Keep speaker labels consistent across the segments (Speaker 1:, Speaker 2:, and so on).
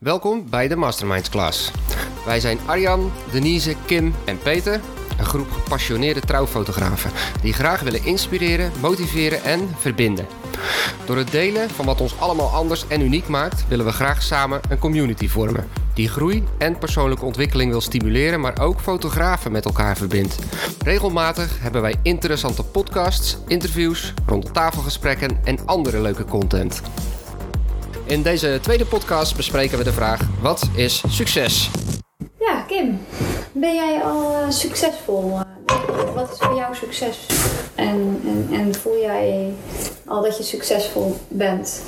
Speaker 1: Welkom bij de Masterminds Class. Wij zijn Arjan, Denise, Kim en Peter, een groep gepassioneerde trouwfotografen die graag willen inspireren, motiveren en verbinden. Door het delen van wat ons allemaal anders en uniek maakt, willen we graag samen een community vormen die groei en persoonlijke ontwikkeling wil stimuleren, maar ook fotografen met elkaar verbindt. Regelmatig hebben wij interessante podcasts, interviews, rondetafelgesprekken en andere leuke content. In deze tweede podcast bespreken we de vraag: wat is succes?
Speaker 2: Ja, Kim, ben jij al succesvol? Wat is voor jou succes? En voel jij al dat je succesvol bent?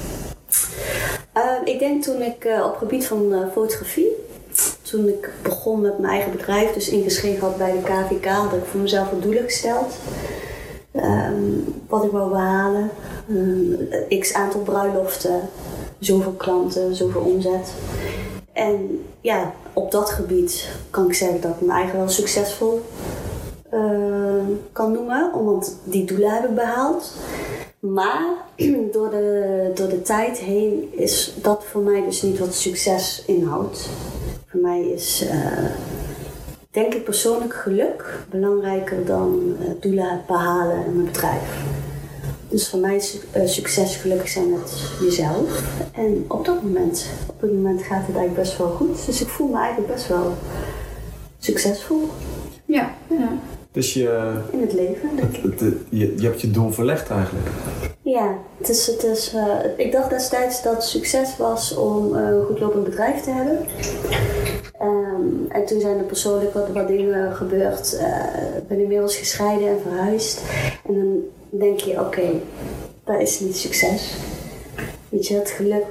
Speaker 3: Ik denk toen ik op het gebied van fotografie, toen ik begon met mijn eigen bedrijf, dus ingeschreven had bij de KVK, had ik voor mezelf wat doelen gesteld. Wat ik wou behalen, x aantal bruiloften, zoveel klanten, zoveel omzet. En ja, op dat gebied kan ik zeggen dat ik me eigenlijk wel succesvol kan noemen, want die doelen heb ik behaald. Maar door de tijd heen is dat voor mij dus niet wat succes inhoudt. Voor mij is, denk ik persoonlijk, geluk belangrijker dan doelen behalen in mijn bedrijf. Dus voor mij is succes gelukkig zijn met jezelf. En op dit moment gaat het eigenlijk best wel goed. Dus ik voel me eigenlijk best wel succesvol.
Speaker 2: Ja.
Speaker 4: Dus
Speaker 3: in het leven, denk ik.
Speaker 4: Je hebt je doel verlegd eigenlijk?
Speaker 3: Ja, ik dacht destijds dat succes was om een goed lopend bedrijf te hebben. En toen zijn er persoonlijk wat dingen gebeurd. Ik ben inmiddels gescheiden en verhuisd. En dan denk je, oké, dat is niet succes. Weet je, het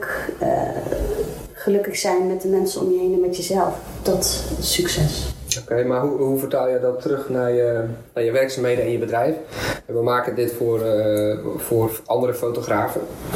Speaker 3: gelukkig zijn met de mensen om je heen en met jezelf, dat is succes.
Speaker 1: Oké, maar hoe vertaal je dat terug naar je werkzaamheden en je bedrijf? En we maken dit voor andere fotografen.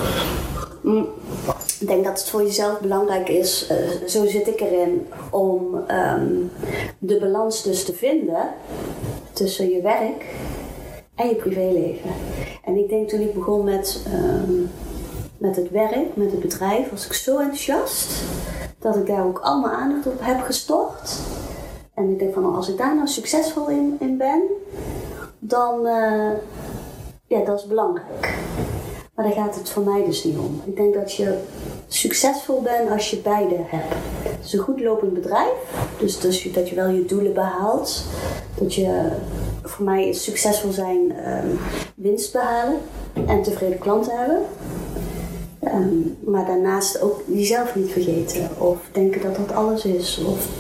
Speaker 3: Ik denk dat het voor jezelf belangrijk is, zo zit ik erin, om de balans dus te vinden tussen je werk en je privéleven. En ik denk toen ik begon met het werk, met het bedrijf, was ik zo enthousiast dat ik daar ook allemaal aandacht op heb gestort. En ik denk van, als ik daar nou succesvol in ben, dan dat is belangrijk. Maar daar gaat het voor mij dus niet om. Ik denk dat je succesvol bent als je beide hebt. Dus een goed lopend bedrijf, dus dat je wel je doelen behaalt. Voor mij is succesvol zijn winst behalen en tevreden klanten hebben. Maar daarnaast ook jezelf niet vergeten of denken dat dat alles is.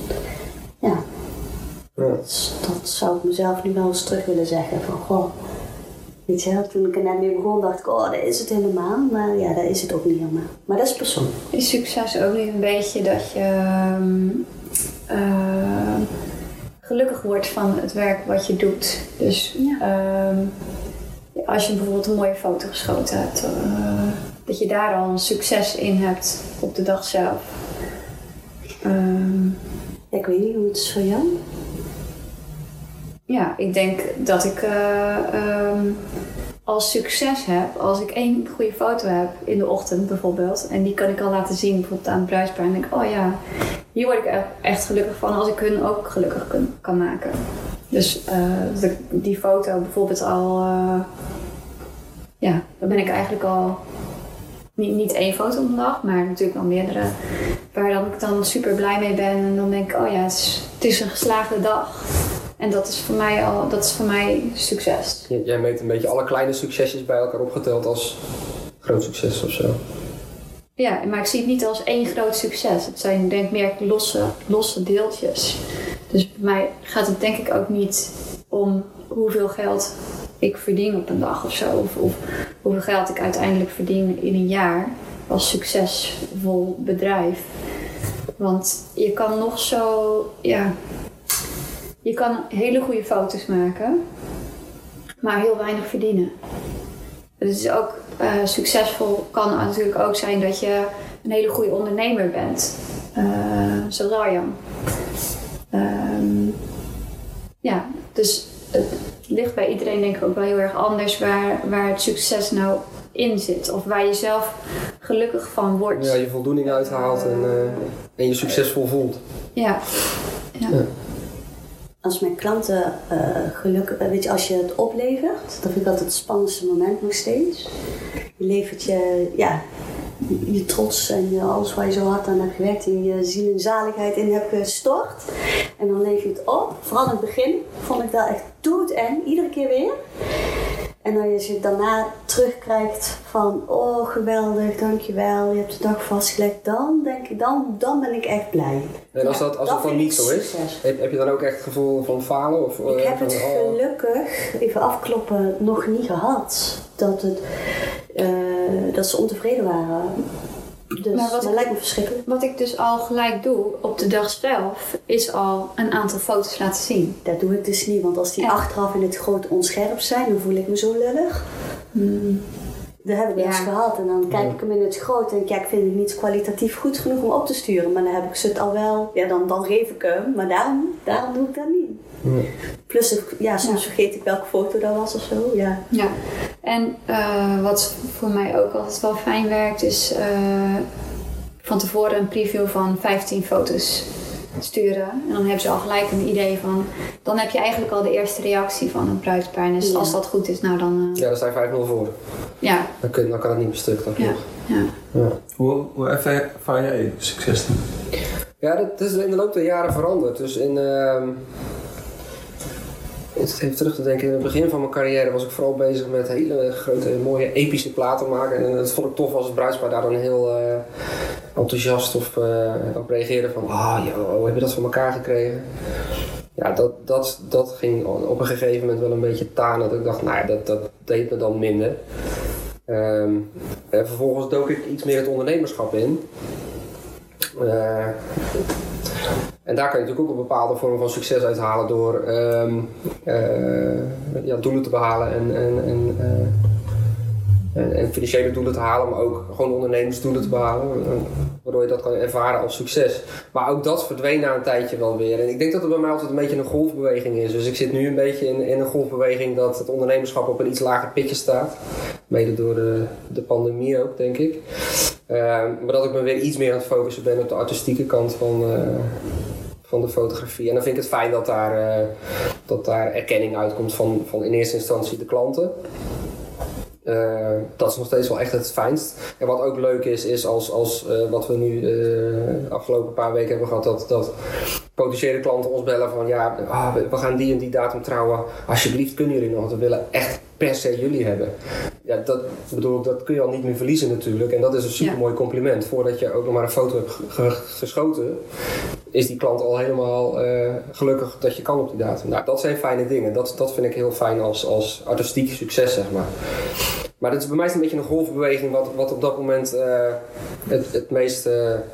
Speaker 3: Dat zou ik mezelf nu wel eens terug willen zeggen. Van, goh, weet je, toen ik er net mee begon dacht ik, dat is het helemaal. Maar ja, dat is het ook niet helemaal. Maar dat is persoonlijk.
Speaker 2: Is succes ook niet een beetje dat je gelukkig wordt van het werk wat je doet? Dus als je bijvoorbeeld een mooie foto geschoten hebt, dat je daar al een succes in hebt op de dag zelf.
Speaker 3: Ik weet niet hoe het is voor jou.
Speaker 2: Ja, ik denk dat ik als succes heb, als ik 1 goede foto heb in de ochtend bijvoorbeeld, en die kan ik al laten zien bijvoorbeeld aan het bruidsplein, en denk ik, hier word ik echt gelukkig van als ik hun ook gelukkig kan maken. Dus die foto bijvoorbeeld al, dan ben ik eigenlijk al niet 1 foto op de dag, maar natuurlijk wel meerdere, waar ik dan super blij mee ben en dan denk ik, het is een geslaagde dag. En dat is voor mij succes.
Speaker 1: Jij meet een beetje alle kleine succesjes bij elkaar opgeteld als groot succes of zo.
Speaker 2: Ja, maar ik zie het niet als 1 groot succes. Het zijn denk ik meer losse deeltjes. Dus bij mij gaat het denk ik ook niet om hoeveel geld ik verdien op een dag of zo. Of hoeveel geld ik uiteindelijk verdien in een jaar als succesvol bedrijf. Want je kan nog zo, je kan hele goede foto's maken, maar heel weinig verdienen. Het is ook succesvol kan natuurlijk ook zijn dat je een hele goede ondernemer bent. Zoals Arjan. Dus het ligt bij iedereen denk ik ook wel heel erg anders waar het succes nou in zit. Of waar je zelf gelukkig van wordt.
Speaker 1: Ja, je voldoening uithaalt en je succesvol voelt.
Speaker 2: Ja.
Speaker 3: Als mijn klanten gelukkig, weet je, als je het oplevert, dat vind ik altijd het spannendste moment nog steeds. Je levert je trots en alles waar je zo hard aan hebt gewerkt en je ziel en zaligheid in hebt gestort. En dan lever je het op. Vooral in het begin vond ik dat echt doodeng, iedere keer weer. En als je daarna terugkrijgt van, oh geweldig, dankjewel, je hebt de dag vastgelegd, dan denk ik, dan ben ik echt blij.
Speaker 1: En als dat dan niet zo is, heb je dan ook echt het gevoel van falen? Of,
Speaker 3: ik heb het gelukkig, even afkloppen, nog niet gehad. Dat ze ontevreden waren. Dus dat lijkt me verschrikkelijk.
Speaker 2: Wat ik dus al gelijk doe op de dag zelf, is al een aantal foto's laten zien.
Speaker 3: Dat doe ik dus niet, want als die achteraf in het groot onscherp zijn, dan voel ik me zo lullig. Dat heb ik wel eens gehad. En dan kijk ik hem in het groot en denk ik vind het niet kwalitatief goed genoeg om op te sturen. Maar dan heb ik ze het al wel, dan geef ik hem, maar daarom doe ik dat niet. Nee. Plus, soms vergeet ik welke foto dat was of zo. Ja.
Speaker 2: En wat voor mij ook altijd wel fijn werkt, is van tevoren een preview van 15 foto's sturen. En dan hebben ze al gelijk een idee van, dan heb je eigenlijk al de eerste reactie van een bruidspaar. Dus als dat goed is, nou dan...
Speaker 1: daar sta je 5-0 voor.
Speaker 2: Ja.
Speaker 1: Dan kan het niet meer stuk.
Speaker 4: Ja. Hoe ervaar jij succes dan?
Speaker 1: Ja, dat is in de loop der jaren veranderd. Dus even terug te denken, in het begin van mijn carrière was ik vooral bezig met hele grote, mooie, epische platen maken. En dat vond ik tof als het bruidspaar daar dan heel enthousiast op reageerde van, hoe heb je dat voor elkaar gekregen? Ja, dat ging op een gegeven moment wel een beetje tanen. Dat ik dacht, dat deed me dan minder. Vervolgens dook ik iets meer het ondernemerschap in. En daar kan je natuurlijk ook een bepaalde vorm van succes uithalen door doelen te behalen en financiële doelen te halen, maar ook gewoon ondernemersdoelen te behalen, waardoor je dat kan ervaren als succes. Maar ook dat verdween na een tijdje wel weer. En ik denk dat het bij mij altijd een beetje een golfbeweging is. Dus ik zit nu een beetje in een golfbeweging dat het ondernemerschap op een iets lager pitje staat. Mede door de pandemie ook, denk ik. Maar dat ik me weer iets meer aan het focussen ben op de artistieke kant van de fotografie. En dan vind ik het fijn dat daar erkenning uitkomt van in eerste instantie de klanten. Dat is nog steeds wel echt het fijnst. En wat ook leuk is als wat we nu de afgelopen paar weken hebben gehad, dat potentiële klanten ons bellen van we gaan die en die datum trouwen. Alsjeblieft, kunnen jullie nog? Want we willen echt per se jullie hebben. Ja, dat kun je al niet meer verliezen natuurlijk. En dat is een supermooi compliment. Voordat je ook nog maar een foto hebt geschoten, is die klant al helemaal gelukkig dat je kan op die datum. Nou, dat zijn fijne dingen. Dat vind ik heel fijn als artistiek succes, zeg maar. Maar het is bij mij een beetje een golfbeweging wat op dat moment het meest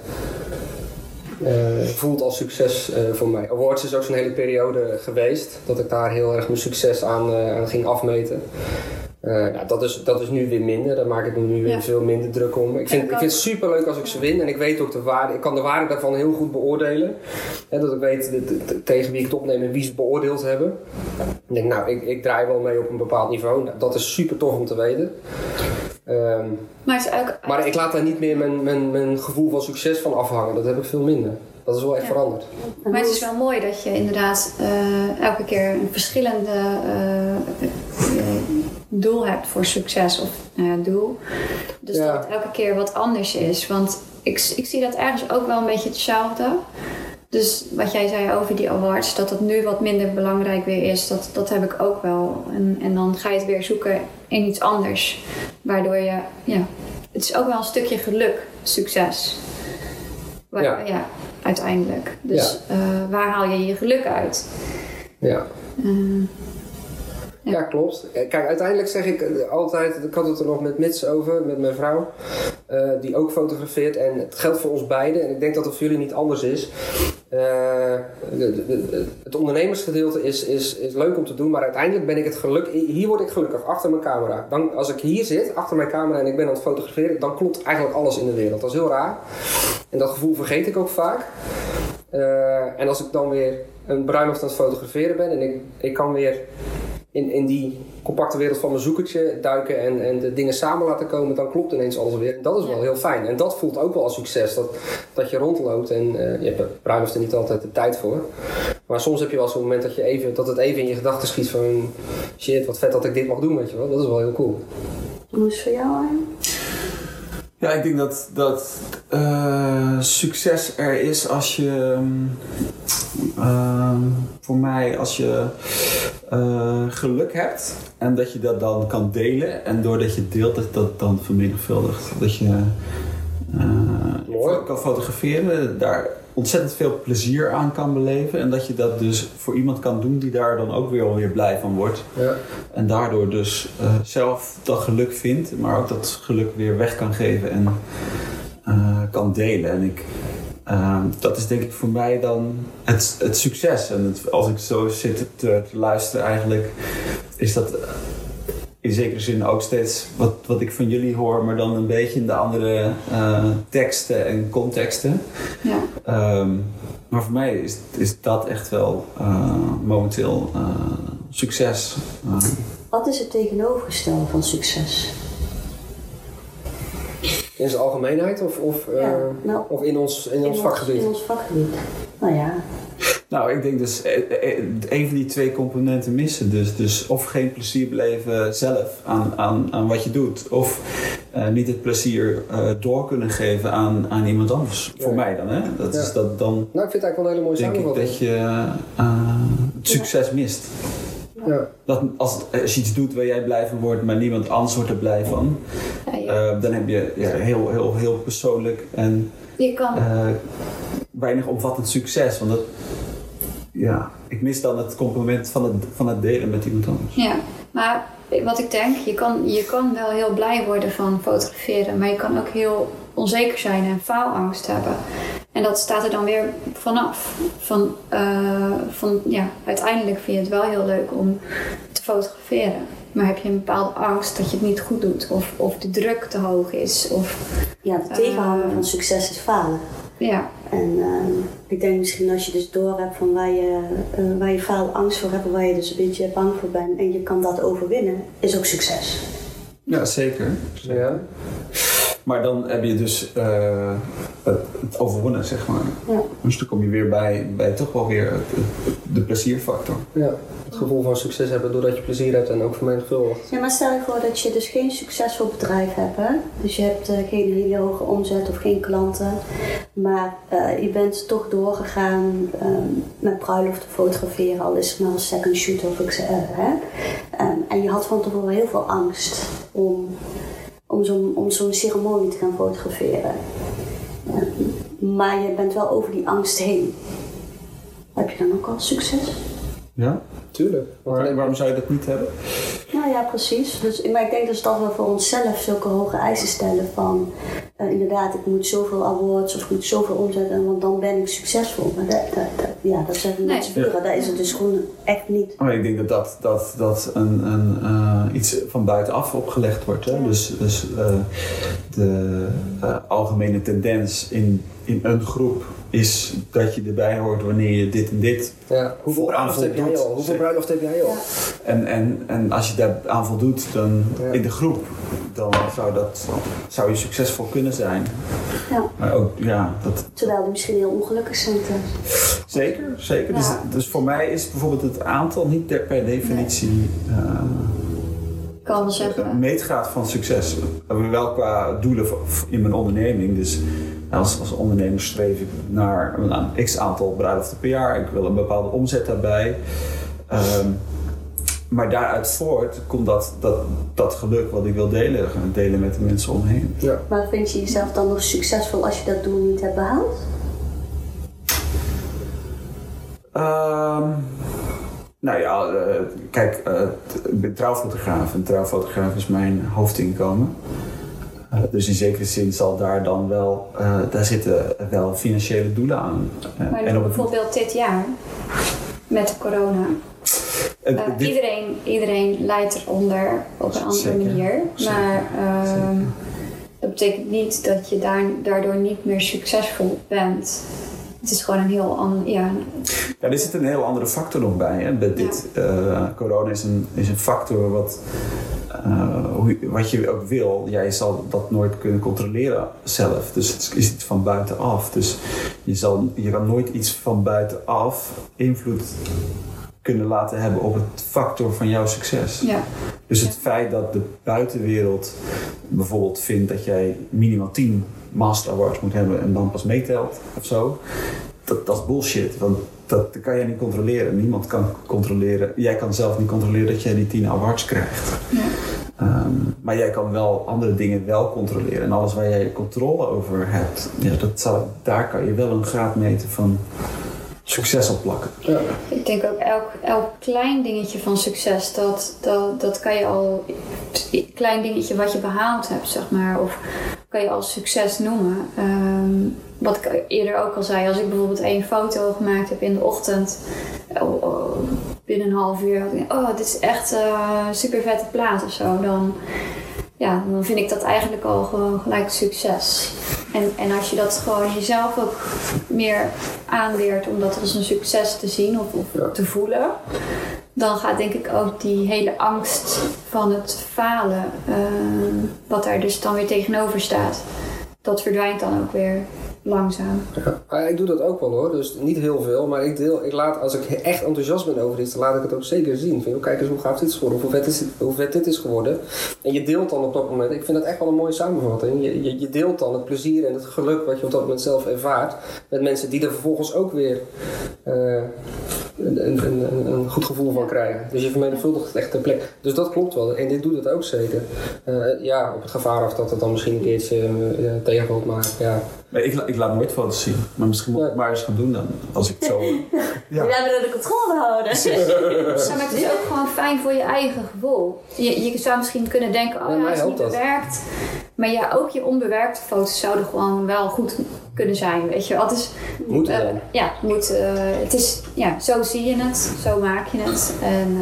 Speaker 1: voelt als succes voor mij. Awards is ook zo'n hele periode geweest dat ik daar heel erg mijn succes aan ging afmeten. Dat is nu weer minder. Daar maak ik me nu weer veel minder druk om. Ik vind het super leuk als ik ze win. En ik weet ook de waarde. Ik kan de waarde daarvan heel goed beoordelen. Dat ik weet tegen wie ik het opneem en wie ze beoordeeld hebben. Ik denk, ik draai wel mee op een bepaald niveau. Dat is super tof om te weten. Maar ik laat daar niet meer mijn gevoel van succes van afhangen. Dat heb ik veel minder. Dat is wel echt veranderd.
Speaker 2: Maar het is wel mooi dat je inderdaad elke keer een verschillende doel hebt voor succes. Of doel. Dus dat het elke keer wat anders is. Want ik zie dat ergens ook wel een beetje hetzelfde. Dus wat jij zei over die awards, dat het nu wat minder belangrijk weer is, dat heb ik ook wel. En dan ga je het weer zoeken in iets anders. Waardoor je, het is ook wel een stukje geluk, succes. Uiteindelijk. Dus waar haal je je geluk uit?
Speaker 1: Ja. Ja, klopt. Kijk, uiteindelijk zeg ik altijd, ik had het er nog met Mits over, met mijn vrouw, die ook fotografeert. En het geldt voor ons beiden. En ik denk dat het voor jullie niet anders is. Het ondernemersgedeelte is leuk om te doen, maar uiteindelijk ben ik hier word ik gelukkig, achter mijn camera. Dan, als ik hier zit, achter mijn camera en ik ben aan het fotograferen, dan klopt eigenlijk alles in de wereld. Dat is heel raar. En dat gevoel vergeet ik ook vaak. En als ik dan weer een bruiloft aan het fotograferen ben en ik kan weer in die compacte wereld van mijn zoekertje duiken en de dingen samen laten komen, dan klopt ineens alles weer. En dat is wel heel fijn. En dat voelt ook wel als succes. Dat je rondloopt en je hebt bij bruiloften niet altijd de tijd voor. Maar soms heb je wel zo'n moment dat het even in je gedachten schiet van shit, wat vet dat ik dit mag doen, weet je wel. Dat is wel heel cool.
Speaker 3: Hoe is het voor jou, Arjen?
Speaker 4: Ja, ik denk dat succes er is als je, voor mij, als je geluk hebt en dat je dat dan kan delen en doordat je deelt dat dat dan vermenigvuldigt. Dat je kan fotograferen, daar ontzettend veel plezier aan kan beleven en dat je dat dus voor iemand kan doen die daar dan ook weer blij van wordt.
Speaker 1: Ja.
Speaker 4: En daardoor dus zelf dat geluk vindt, maar ook dat geluk weer weg kan geven en kan delen. En dat is denk ik voor mij dan het succes. En als ik zo zit te luisteren eigenlijk, is dat in zekere zin ook steeds wat ik van jullie hoor, maar dan een beetje in de andere teksten en contexten.
Speaker 2: Ja.
Speaker 4: Maar voor mij is dat echt wel momenteel succes.
Speaker 3: Wat is het tegenovergestelde van succes?
Speaker 1: In zijn algemeenheid of in ons vakgebied?
Speaker 3: In ons vakgebied. Nou ja.
Speaker 4: Nou, ik denk dus een van die twee componenten missen. Dus of geen plezier beleven zelf aan wat je doet. Of niet het plezier door kunnen geven aan iemand anders. Ja. Voor mij dan, hè. Dat is dat dan.
Speaker 1: Nou, ik vind het eigenlijk wel een hele mooie samenvatting.
Speaker 4: Denk ik dat je het succes mist.
Speaker 1: Ja.
Speaker 4: Dat als je iets doet waar jij blij van wordt, maar niemand anders wordt er blij van. Dan heb je heel persoonlijk en
Speaker 2: Je kan...
Speaker 4: weinig omvattend succes. Want ik mis dan het compliment van het delen met iemand anders.
Speaker 2: Ja, maar wat ik denk, je kan wel heel blij worden van fotograferen, maar je kan ook heel onzeker zijn en faalangst hebben. En dat staat er dan weer vanaf. Uiteindelijk vind je het wel heel leuk om te fotograferen. Maar heb je een bepaalde angst dat je het niet goed doet of de druk te hoog is?
Speaker 3: Ja, de tegenhanger van succes is falen.
Speaker 2: Ja.
Speaker 3: En ik denk misschien als je dus door hebt van waar je faalangst voor hebt, waar je dus een beetje bang voor bent en je kan dat overwinnen, is ook succes.
Speaker 4: Ja, zeker.
Speaker 1: Ja.
Speaker 4: Maar dan heb je dus het overwonnen, zeg maar.
Speaker 3: Ja.
Speaker 4: Dus dan kom je weer bij toch wel weer de plezierfactor.
Speaker 1: Ja, het gevoel van succes hebben doordat je plezier hebt en ook vermenigvuldigt.
Speaker 3: Ja, maar stel je voor dat je dus geen succesvol bedrijf hebt, hè? Dus je hebt geen hele hoge omzet of geen klanten, maar je bent toch doorgegaan met bruiloften fotograferen, al is het maar een second shoot of en je had van tevoren heel veel angst om zo'n ceremonie te gaan fotograferen. Maar je bent wel over die angst heen. Heb je dan ook al succes?
Speaker 4: Ja,
Speaker 1: tuurlijk.
Speaker 4: Waarom zou je dat niet hebben?
Speaker 3: Nou ja, precies. Maar ik denk dus dat we voor onszelf zulke hoge eisen stellen van inderdaad, ik moet zoveel awards of ik moet zoveel omzetten, want dan ben ik succesvol. Maar dat zeggen mensen buren, dat is het dus gewoon echt niet.
Speaker 4: Maar ik denk dat iets van buitenaf opgelegd wordt. Hè? Ja. Dus de algemene tendens in een groep is dat je erbij hoort wanneer je dit en dit.
Speaker 1: Ja. Hoeveel bruiloft heb jij al? Hoeveel bruiloft heb jij al?
Speaker 4: Ja. En als je daar aan voldoet, dan in de groep, dan zou je succesvol kunnen zijn.
Speaker 3: Ja.
Speaker 4: Maar ook,
Speaker 3: terwijl die misschien heel ongelukkig zijn.
Speaker 4: Zeker.
Speaker 3: Ja.
Speaker 4: Dus voor mij is bijvoorbeeld het aantal niet per definitie
Speaker 2: kan wel zeggen.
Speaker 4: meetgraad van succes. Wel qua doelen in mijn onderneming. Dus als ondernemer streef ik naar een x-aantal bruiloften per jaar. Ik wil een bepaalde omzet daarbij. Maar daaruit voort komt dat geluk wat ik wil delen met de mensen omheen. Ja.
Speaker 3: Maar vind je jezelf dan nog succesvol als je dat doel niet hebt behaald?
Speaker 4: Nou ja, kijk, ik ben trouwfotograaf. En trouwfotograaf is mijn hoofdinkomen. Dus in zekere zin zal daar dan wel, daar zitten wel financiële doelen aan.
Speaker 2: Maar en bijvoorbeeld dit jaar, met de corona. Iedereen lijdt eronder op een andere manier. Maar dat betekent niet dat je daardoor niet meer succesvol bent. Het is gewoon een heel ander... Ja,
Speaker 4: er zit een heel andere factor nog bij. Hè? Bij dit, corona is een factor wat je ook wil. Jij zal dat nooit kunnen controleren zelf. Dus het is iets van buitenaf. Dus je kan nooit iets van buitenaf invloed kunnen laten hebben op het factor van jouw succes.
Speaker 2: Ja.
Speaker 4: Dus het feit dat de buitenwereld bijvoorbeeld vindt dat jij minimaal 10 Master Awards moet hebben en dan pas meetelt of zo, dat is bullshit. Want dat kan jij niet controleren. Niemand kan controleren. Jij kan zelf niet controleren dat jij die 10 awards krijgt. Ja. Maar jij kan wel andere dingen wel controleren. En alles waar jij controle over hebt, daar kan je wel een graad meten van succes op plakken.
Speaker 2: Ja. Ik denk ook elk klein dingetje van succes, dat kan je al... Klein dingetje wat je behaald hebt, zeg maar. Of kan je als succes noemen. Wat ik eerder ook al zei. Als ik bijvoorbeeld 1 foto gemaakt heb in de ochtend. Binnen een half uur. Dit is echt super vette plaat of zo. Dan vind ik dat eigenlijk al gewoon gelijk succes. En als je dat gewoon jezelf ook meer aanleert om dat als een succes te zien of te voelen, dan gaat denk ik ook die hele angst van het falen, wat daar dus dan weer tegenover staat, dat verdwijnt dan ook weer langzaam.
Speaker 1: Ja, ik doe dat ook wel hoor, dus niet heel veel, maar ik laat, als ik echt enthousiast ben over iets, dan laat ik het ook zeker zien. Kijk eens hoe gaaf dit is geworden, hoe vet dit is geworden. En je deelt dan op dat moment, ik vind dat echt wel een mooie samenvatting, je deelt dan het plezier en het geluk wat je op dat moment zelf ervaart met mensen die er vervolgens ook weer een goed gevoel van krijgen. Dus je vermenigvuldigt het echt ter plekke. Dus dat klopt wel, en dit doet het ook zeker. Op het gevaar af dat het dan misschien een keertje tegenvalt, maar ja.
Speaker 4: Nee, ik laat nooit foto's zien, maar misschien moet ik het maar eens gaan doen dan, als ik zo...
Speaker 3: Ja. We hebben de controle houden.
Speaker 2: Maar het is ook gewoon fijn voor je eigen gevoel. Je zou misschien kunnen denken, het is niet bewerkt. Maar ook je onbewerkte foto's zouden gewoon wel goed kunnen zijn, weet je. Het is, het is, zo zie je het, zo maak je het. En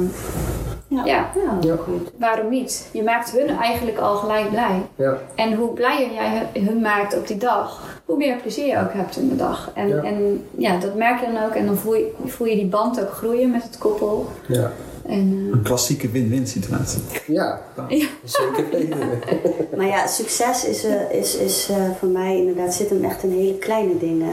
Speaker 2: goed. Waarom niet? Je maakt hun eigenlijk al gelijk blij. Ja. En hoe blijer jij hun maakt op die dag, hoe meer plezier je ook hebt in de dag. En dat merk je dan ook. En dan voel je die band ook groeien met het koppel. Ja.
Speaker 4: Een klassieke win-win situatie.
Speaker 1: Ja, zeker weten.
Speaker 3: Maar ja, succes is voor mij inderdaad zit hem echt in hele kleine dingen.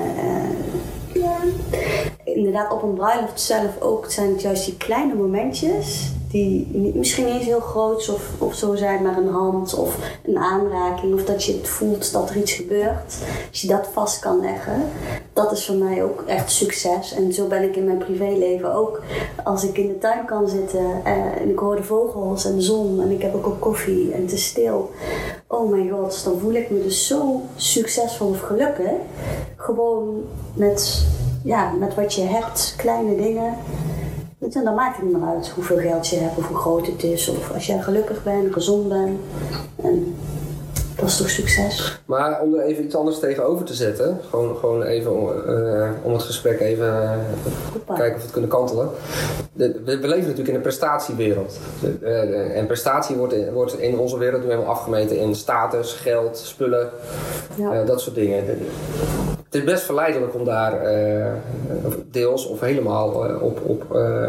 Speaker 3: Inderdaad, op een bruiloft zelf ook zijn het juist die kleine momentjes die misschien niet eens heel groot of zo zijn, maar een hand of een aanraking of dat je het voelt dat er iets gebeurt. Als je dat vast kan leggen, dat is voor mij ook echt succes. En zo ben ik in mijn privéleven ook. Als ik in de tuin kan zitten en ik hoor de vogels en de zon en ik heb ook koffie en het is stil. Oh mijn god, dan voel ik me dus zo succesvol of gelukkig. Gewoon met wat je hebt, kleine dingen. En dan maakt het niet meer uit hoeveel geld je hebt of hoe groot het is. Of als jij gelukkig bent, gezond bent. En dat is toch succes.
Speaker 1: Maar om er even iets anders tegenover te zetten. Gewoon even om het gesprek even kijken of we het kunnen kantelen. We leven natuurlijk in een prestatiewereld. En prestatie wordt in onze wereld nu helemaal afgemeten in status, geld, spullen. Dat soort dingen. Het is best verleidelijk om daar deels of helemaal op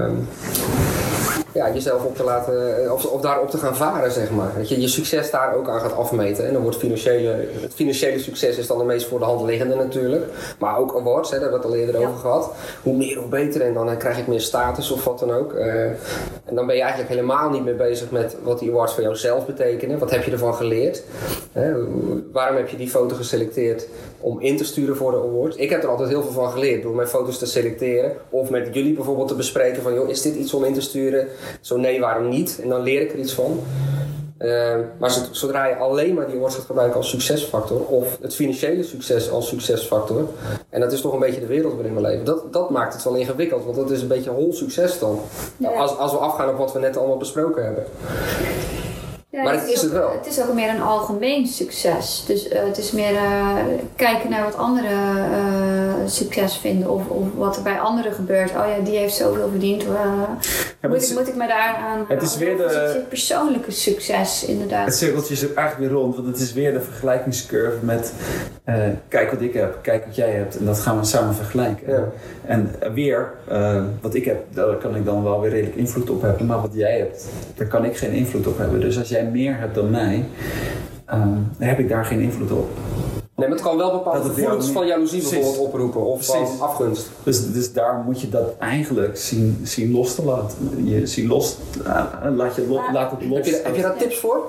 Speaker 1: jezelf op te laten, of daarop te gaan varen, zeg maar. Dat je je succes daar ook aan gaat afmeten. En dan wordt het financiële succes is dan de meest voor de hand liggende natuurlijk. Maar ook awards, daar hebben we het al eerder over gehad. Hoe meer hoe beter en dan krijg ik meer status of wat dan ook. En dan ben je eigenlijk helemaal niet meer bezig met wat die awards voor jouzelf betekenen. Wat heb je ervan geleerd? Waarom heb je die foto geselecteerd om in te sturen voor de award? Ik heb er altijd heel veel van geleerd door mijn foto's te selecteren. Of met jullie bijvoorbeeld te bespreken van, joh, is dit iets om in te sturen? Zo nee, waarom niet? En dan leer ik er iets van. Maar zodra je alleen maar die awards gaat gebruiken als succesfactor of het financiële succes als succesfactor, en dat is toch een beetje de wereld waarin we leven, dat maakt het wel ingewikkeld, want dat is een beetje hol succes dan. Ja. Als we afgaan op wat we net allemaal besproken hebben.
Speaker 2: Ja, maar het is het wel. Het is ook meer een algemeen succes. Dus het is meer kijken naar wat anderen succes vinden of wat er bij anderen gebeurt. Oh ja, die heeft zoveel verdiend.
Speaker 4: Ja,
Speaker 2: Moet ik me daar aan
Speaker 4: het is weer
Speaker 2: is het je persoonlijke succes inderdaad?
Speaker 4: Het cirkeltje is eigenlijk weer rond, want het is weer de vergelijkingscurve met kijk wat ik heb, kijk wat jij hebt en dat gaan we samen vergelijken.
Speaker 1: Ja.
Speaker 4: En weer, wat ik heb, daar kan ik dan wel weer redelijk invloed op hebben, maar wat jij hebt, daar kan ik geen invloed op hebben. Dus als jij meer hebt dan mij, dan heb ik daar geen invloed op.
Speaker 1: Nee, maar het kan wel bepaalde gevoelens van jaloezie bijvoorbeeld oproepen of van afgunst.
Speaker 4: Dus daar moet je dat eigenlijk zien los te laten. Laat het los.
Speaker 1: Heb je daar tips voor?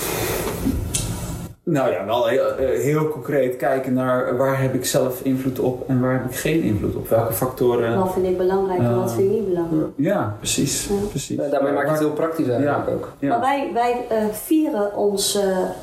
Speaker 4: Nou ja, wel heel concreet kijken naar waar heb ik zelf invloed op en waar heb ik geen invloed op. Welke factoren...
Speaker 3: Wat vind ik belangrijk en wat vind ik niet belangrijk.
Speaker 4: Ja, precies.
Speaker 3: Ja.
Speaker 4: precies.
Speaker 1: Ja, daarmee maakt het heel praktisch eigenlijk ook.
Speaker 4: Ja.
Speaker 3: Maar wij vieren ons...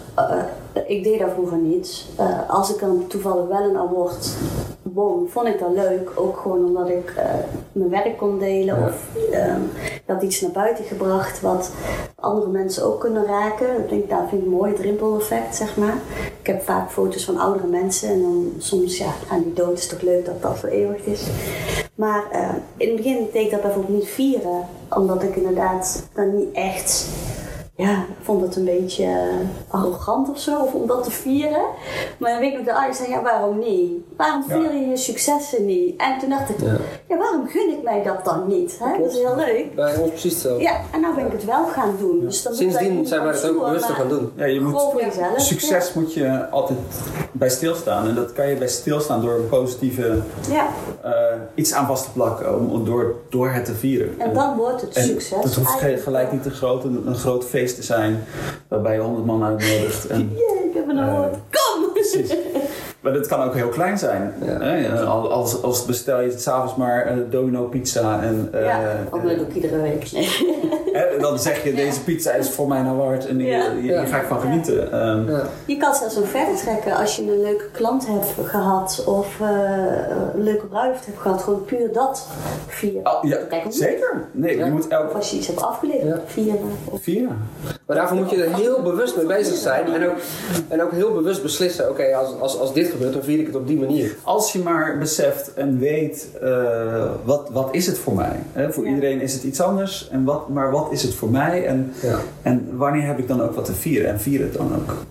Speaker 3: ik deed dat vroeger niet. Als ik dan toevallig wel een award won, vond ik dat leuk. Ook gewoon omdat ik mijn werk kon delen. Ja. Of dat iets naar buiten gebracht wat andere mensen ook kunnen raken. Ik denk, dat vind ik een mooi drimpel-effect, zeg maar. Ik heb vaak foto's van oudere mensen en dan soms gaan die dood. Is toch leuk dat dat vereeuwigd is. Maar in het begin deed ik dat bijvoorbeeld niet vieren. Omdat ik inderdaad dan niet echt... Ja, ik vond het een beetje arrogant of zo, of om dat te vieren. Maar dan weet ik nog dat ik zei, ja, waarom niet? Waarom vier je je successen niet? En toen dacht ik, ja, waarom gun ik mij dat dan niet? Hè? Dat is heel leuk.
Speaker 1: Bij ons precies hetzelfde.
Speaker 3: Ja, en nou ben ik het wel gaan doen. Ja. Dus dan
Speaker 1: sindsdien zijn wij het ook bewuster gaan doen.
Speaker 4: Ja, je moet, succes moet je altijd bij stilstaan. En dat kan je bij stilstaan door een positieve iets aan vast te plakken, door het te vieren.
Speaker 3: En dan wordt het succes.
Speaker 4: Het hoeft gelijk niet een groot feest te zijn waarbij je 100 man uitnodigt.
Speaker 3: Ik heb een award. Kom!
Speaker 4: Precies. Maar dat kan ook heel klein zijn. Ja. Als bestel je 's avonds maar Domino pizza.
Speaker 3: Dat doe ik iedere week. Nee.
Speaker 4: Dan zeg je, deze pizza is voor mijn award en hier ga ik van genieten.
Speaker 3: Je kan zelfs ook verder trekken als je een leuke klant hebt gehad of een leuke bruiloft hebt gehad. Gewoon puur dat vieren.
Speaker 4: Zeker. Nee, je moet
Speaker 3: of als je iets hebt afgeleverd, vieren.
Speaker 1: Maar daarvoor moet je er heel bewust mee bezig zijn en ook heel bewust beslissen, oké, als dit gebeurt, dan vier ik het op die manier.
Speaker 4: Als je maar beseft en weet, wat is het voor mij? Voor iedereen is het iets anders, maar wat is het voor mij? En wanneer heb ik dan ook wat te vieren? En vier het dan ook.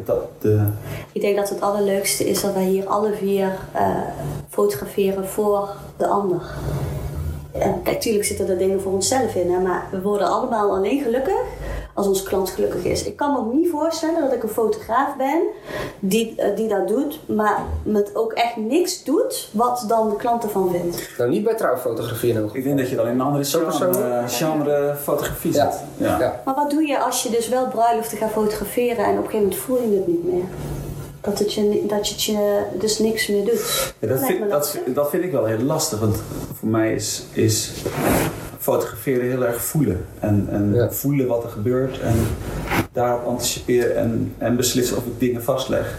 Speaker 4: Ik denk dat het allerleukste is dat wij hier alle 4 fotograferen voor de ander. Kijk, tuurlijk zitten er dingen voor onszelf in, maar we worden allemaal alleen gelukkig als onze klant gelukkig is. Ik kan me ook niet voorstellen dat ik een fotograaf ben die dat doet, maar met ook echt niks doet wat dan de klant ervan vindt.
Speaker 1: Nou, niet bij trouwfotografie in elk geval.
Speaker 4: Ik denk dat je dan in een andere genre fotografie zit. Ja.
Speaker 3: Maar wat doe je als je dus wel bruiloften gaat fotograferen en op een gegeven moment voel je het niet meer? Dat het je dus niks meer doet.
Speaker 4: Ja, dat vind ik wel heel lastig, want voor mij is fotograferen heel erg voelen. En voelen wat er gebeurt en daarop anticiperen en beslissen of ik dingen vastleg.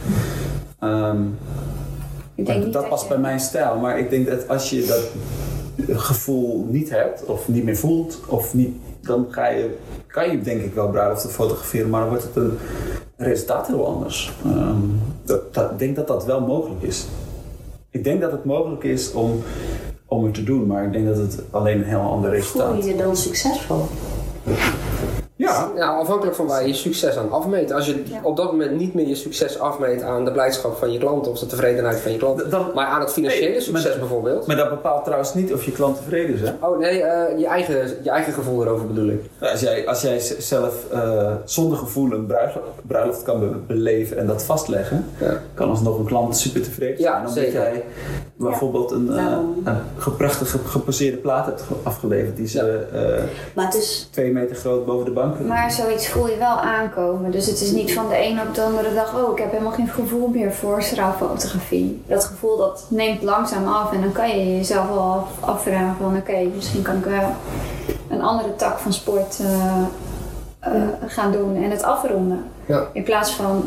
Speaker 4: Dat past bij mijn stijl, maar ik denk dat als je dat gevoel niet hebt of niet meer voelt, of niet, dan kan je denk ik wel bruiloften fotograferen, maar dan wordt het een resultaat heel anders. Ik denk dat dat wel mogelijk is. Ik denk dat het mogelijk is om het te doen, maar ik denk dat het alleen een heel ander resultaat is.
Speaker 3: Voel je je dan succesvol?
Speaker 4: Ja.
Speaker 1: Afhankelijk van waar je je succes aan afmeet. Als je op dat moment niet meer je succes afmeet aan de blijdschap van je klant of de tevredenheid van je klant, maar aan het financiële succes bijvoorbeeld.
Speaker 4: Maar dat bepaalt trouwens niet of je klant tevreden is, hè?
Speaker 1: Oh nee, je eigen gevoel erover bedoel ik.
Speaker 4: Als jij zelf zonder gevoel een bruiloft kan beleven en dat vastleggen, kan alsnog een klant super tevreden zijn. Omdat
Speaker 1: zeker.
Speaker 4: Jij bijvoorbeeld een prachtig geposeerde plaat hebt afgeleverd die
Speaker 3: maar het is
Speaker 4: 2 meter groot boven de bank.
Speaker 2: Maar zoiets voel je wel aankomen. Dus het is niet van de ene op de andere dag, ik heb helemaal geen gevoel meer voor straalfotografie. Dat gevoel dat neemt langzaam af en dan kan je jezelf wel afvragen van misschien kan ik wel een andere tak van sport gaan doen en het afronden. Ja. In plaats van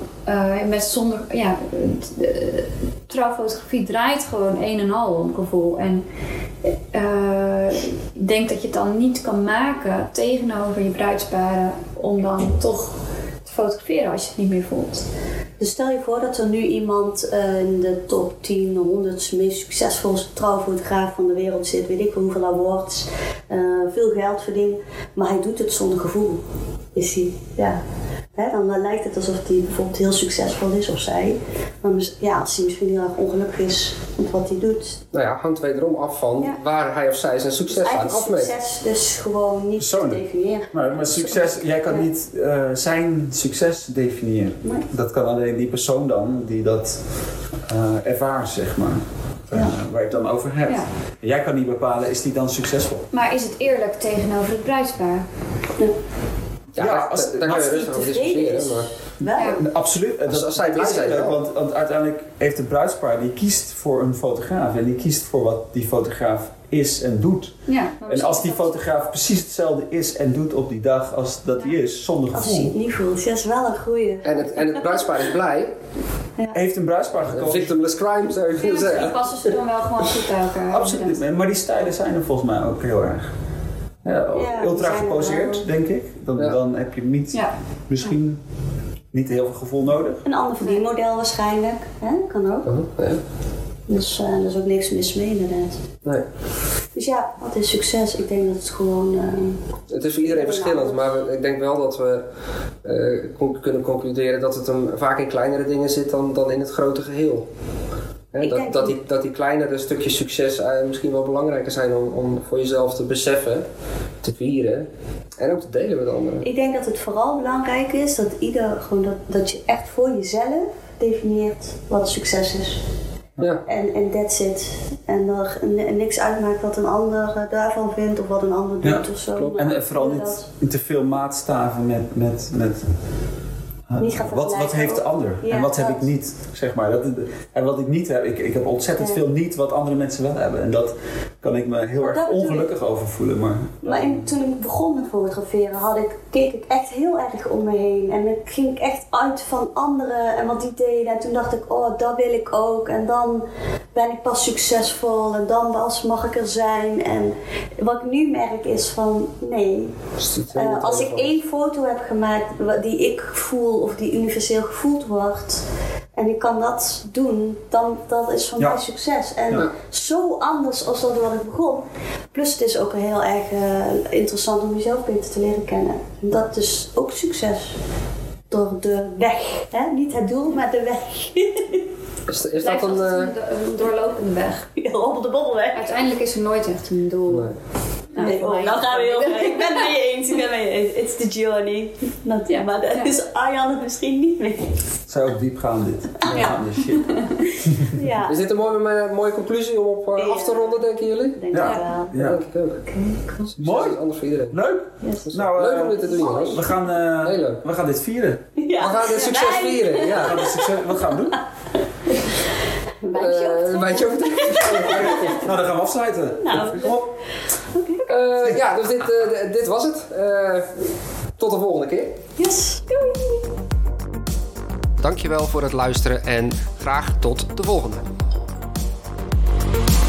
Speaker 2: trouwfotografie draait gewoon een en al om gevoel. En ik denk dat je het dan niet kan maken tegenover je bruidsparen om dan toch te fotograferen als je het niet meer voelt.
Speaker 3: Dus stel je voor dat er nu iemand in de top 10, 100 meest succesvolste trouwfotograaf van de wereld zit, weet ik veel hoeveel awards, veel geld verdient, maar hij doet het zonder gevoel. Is hij, ja. Dan lijkt het alsof hij bijvoorbeeld heel succesvol is of zij. Maar als hij misschien heel erg ongelukkig is met wat hij doet.
Speaker 1: Nou ja, hangt wederom af van waar hij of zij zijn succes aan afmeet.
Speaker 3: Succes dus gewoon niet te definiëren.
Speaker 4: Maar succes, jij kan niet zijn succes definiëren.
Speaker 3: Nee.
Speaker 4: Dat kan alleen die persoon dan die dat ervaart, zeg maar. Waar je het dan over hebt.
Speaker 2: Ja.
Speaker 4: Jij kan niet bepalen, is die dan succesvol?
Speaker 2: Maar is het eerlijk tegenover het bruidspaar?
Speaker 1: Ja, daar kan je rustig over discussiëren. Maar...
Speaker 4: Absoluut.
Speaker 1: Als zij blij zijn,
Speaker 4: want uiteindelijk heeft het bruidspaar, die kiest voor een fotograaf. En die kiest voor wat die fotograaf is en doet.
Speaker 2: Ja,
Speaker 4: en als die fotograaf precies hetzelfde is en doet op die dag als dat hij is, zonder gevoel.
Speaker 3: Als hij het niet voelt, dat is wel een goeie.
Speaker 1: En het bruidspaar is blij.
Speaker 4: Heeft een bruidspaar gekozen.
Speaker 1: Victimless crime, zou je kunnen zeggen.
Speaker 2: Die passen ze dan wel gewoon goed bij elkaar.
Speaker 4: Absoluut. Maar die stijlen zijn er volgens mij ook heel erg. Ultra geposeerd, denk ik. Dan heb je misschien niet heel veel gevoel nodig.
Speaker 3: Een ander verdienmodel waarschijnlijk. Kan ook. Dus er is ook niks mis mee inderdaad.
Speaker 1: Nee.
Speaker 3: Dus ja, wat is succes? Ik denk dat het gewoon...
Speaker 1: het is voor iedereen verschillend, maar ik denk wel dat we kunnen concluderen dat het hem vaak in kleinere dingen zit dan in het grote geheel. Dat die kleinere stukjes succes misschien wel belangrijker zijn om voor jezelf te beseffen, te vieren en ook te delen met anderen.
Speaker 3: Ik denk dat het vooral belangrijk is dat dat je echt voor jezelf definieert wat succes is.
Speaker 1: Ja.
Speaker 3: En that's it. En er niks uitmaakt wat een ander daarvan vindt of wat een ander doet of zo.
Speaker 4: Klopt. En vooral niet te veel maatstaven met wat heeft de ander en wat heb ik niet, zeg maar. En wat ik niet heb, ik heb ontzettend veel niet wat andere mensen wel hebben. En dat kan ik me heel erg ongelukkig over voelen. Maar
Speaker 3: toen ik begon met fotograferen, keek ik echt heel erg om me heen. En dan ging ik echt uit van anderen en wat die deden. En toen dacht ik, dat wil ik ook. En dan ben ik pas succesvol en dan mag ik er zijn. En wat ik nu merk is van, nee. Als ik 1 foto heb gemaakt die ik voel of die universeel gevoeld wordt en ik kan dat doen, dan dat is voor mij succes. En zo anders als dat wat ik begon. Plus het is ook heel erg interessant om jezelf beter te leren kennen. En dat is ook succes. Door de weg. Niet het doel, maar de weg.
Speaker 1: Is dat een
Speaker 2: doorlopende weg?
Speaker 3: Op de bobbelweg.
Speaker 2: Uiteindelijk is er nooit echt een doel.
Speaker 3: Nee. Dan gaan we heel ver. Ik ben het met je eens. It's the journey. Maar daar is Arjan het misschien niet mee.
Speaker 4: Het zou ook diep gaan dit. Shit.
Speaker 1: Is dit een mooie conclusie om op af te ronden, denken jullie?
Speaker 3: Denk ik wel.
Speaker 4: Ja.
Speaker 1: Denk ik ook.
Speaker 4: Mooi.
Speaker 1: Anders voor iedereen.
Speaker 4: Leuk.
Speaker 3: Yes.
Speaker 4: Nou,
Speaker 1: leuk om dit te doen, jongens.
Speaker 4: We gaan dit vieren.
Speaker 1: We gaan dit succes vieren. Ja.
Speaker 4: Wat gaan we doen?
Speaker 3: Een
Speaker 1: wijntje over
Speaker 4: Nou, dan gaan we afsluiten. Kom op.
Speaker 1: Dus dit was het. Tot de volgende keer.
Speaker 3: Yes. Doei.
Speaker 1: Dankjewel voor het luisteren en graag tot de volgende.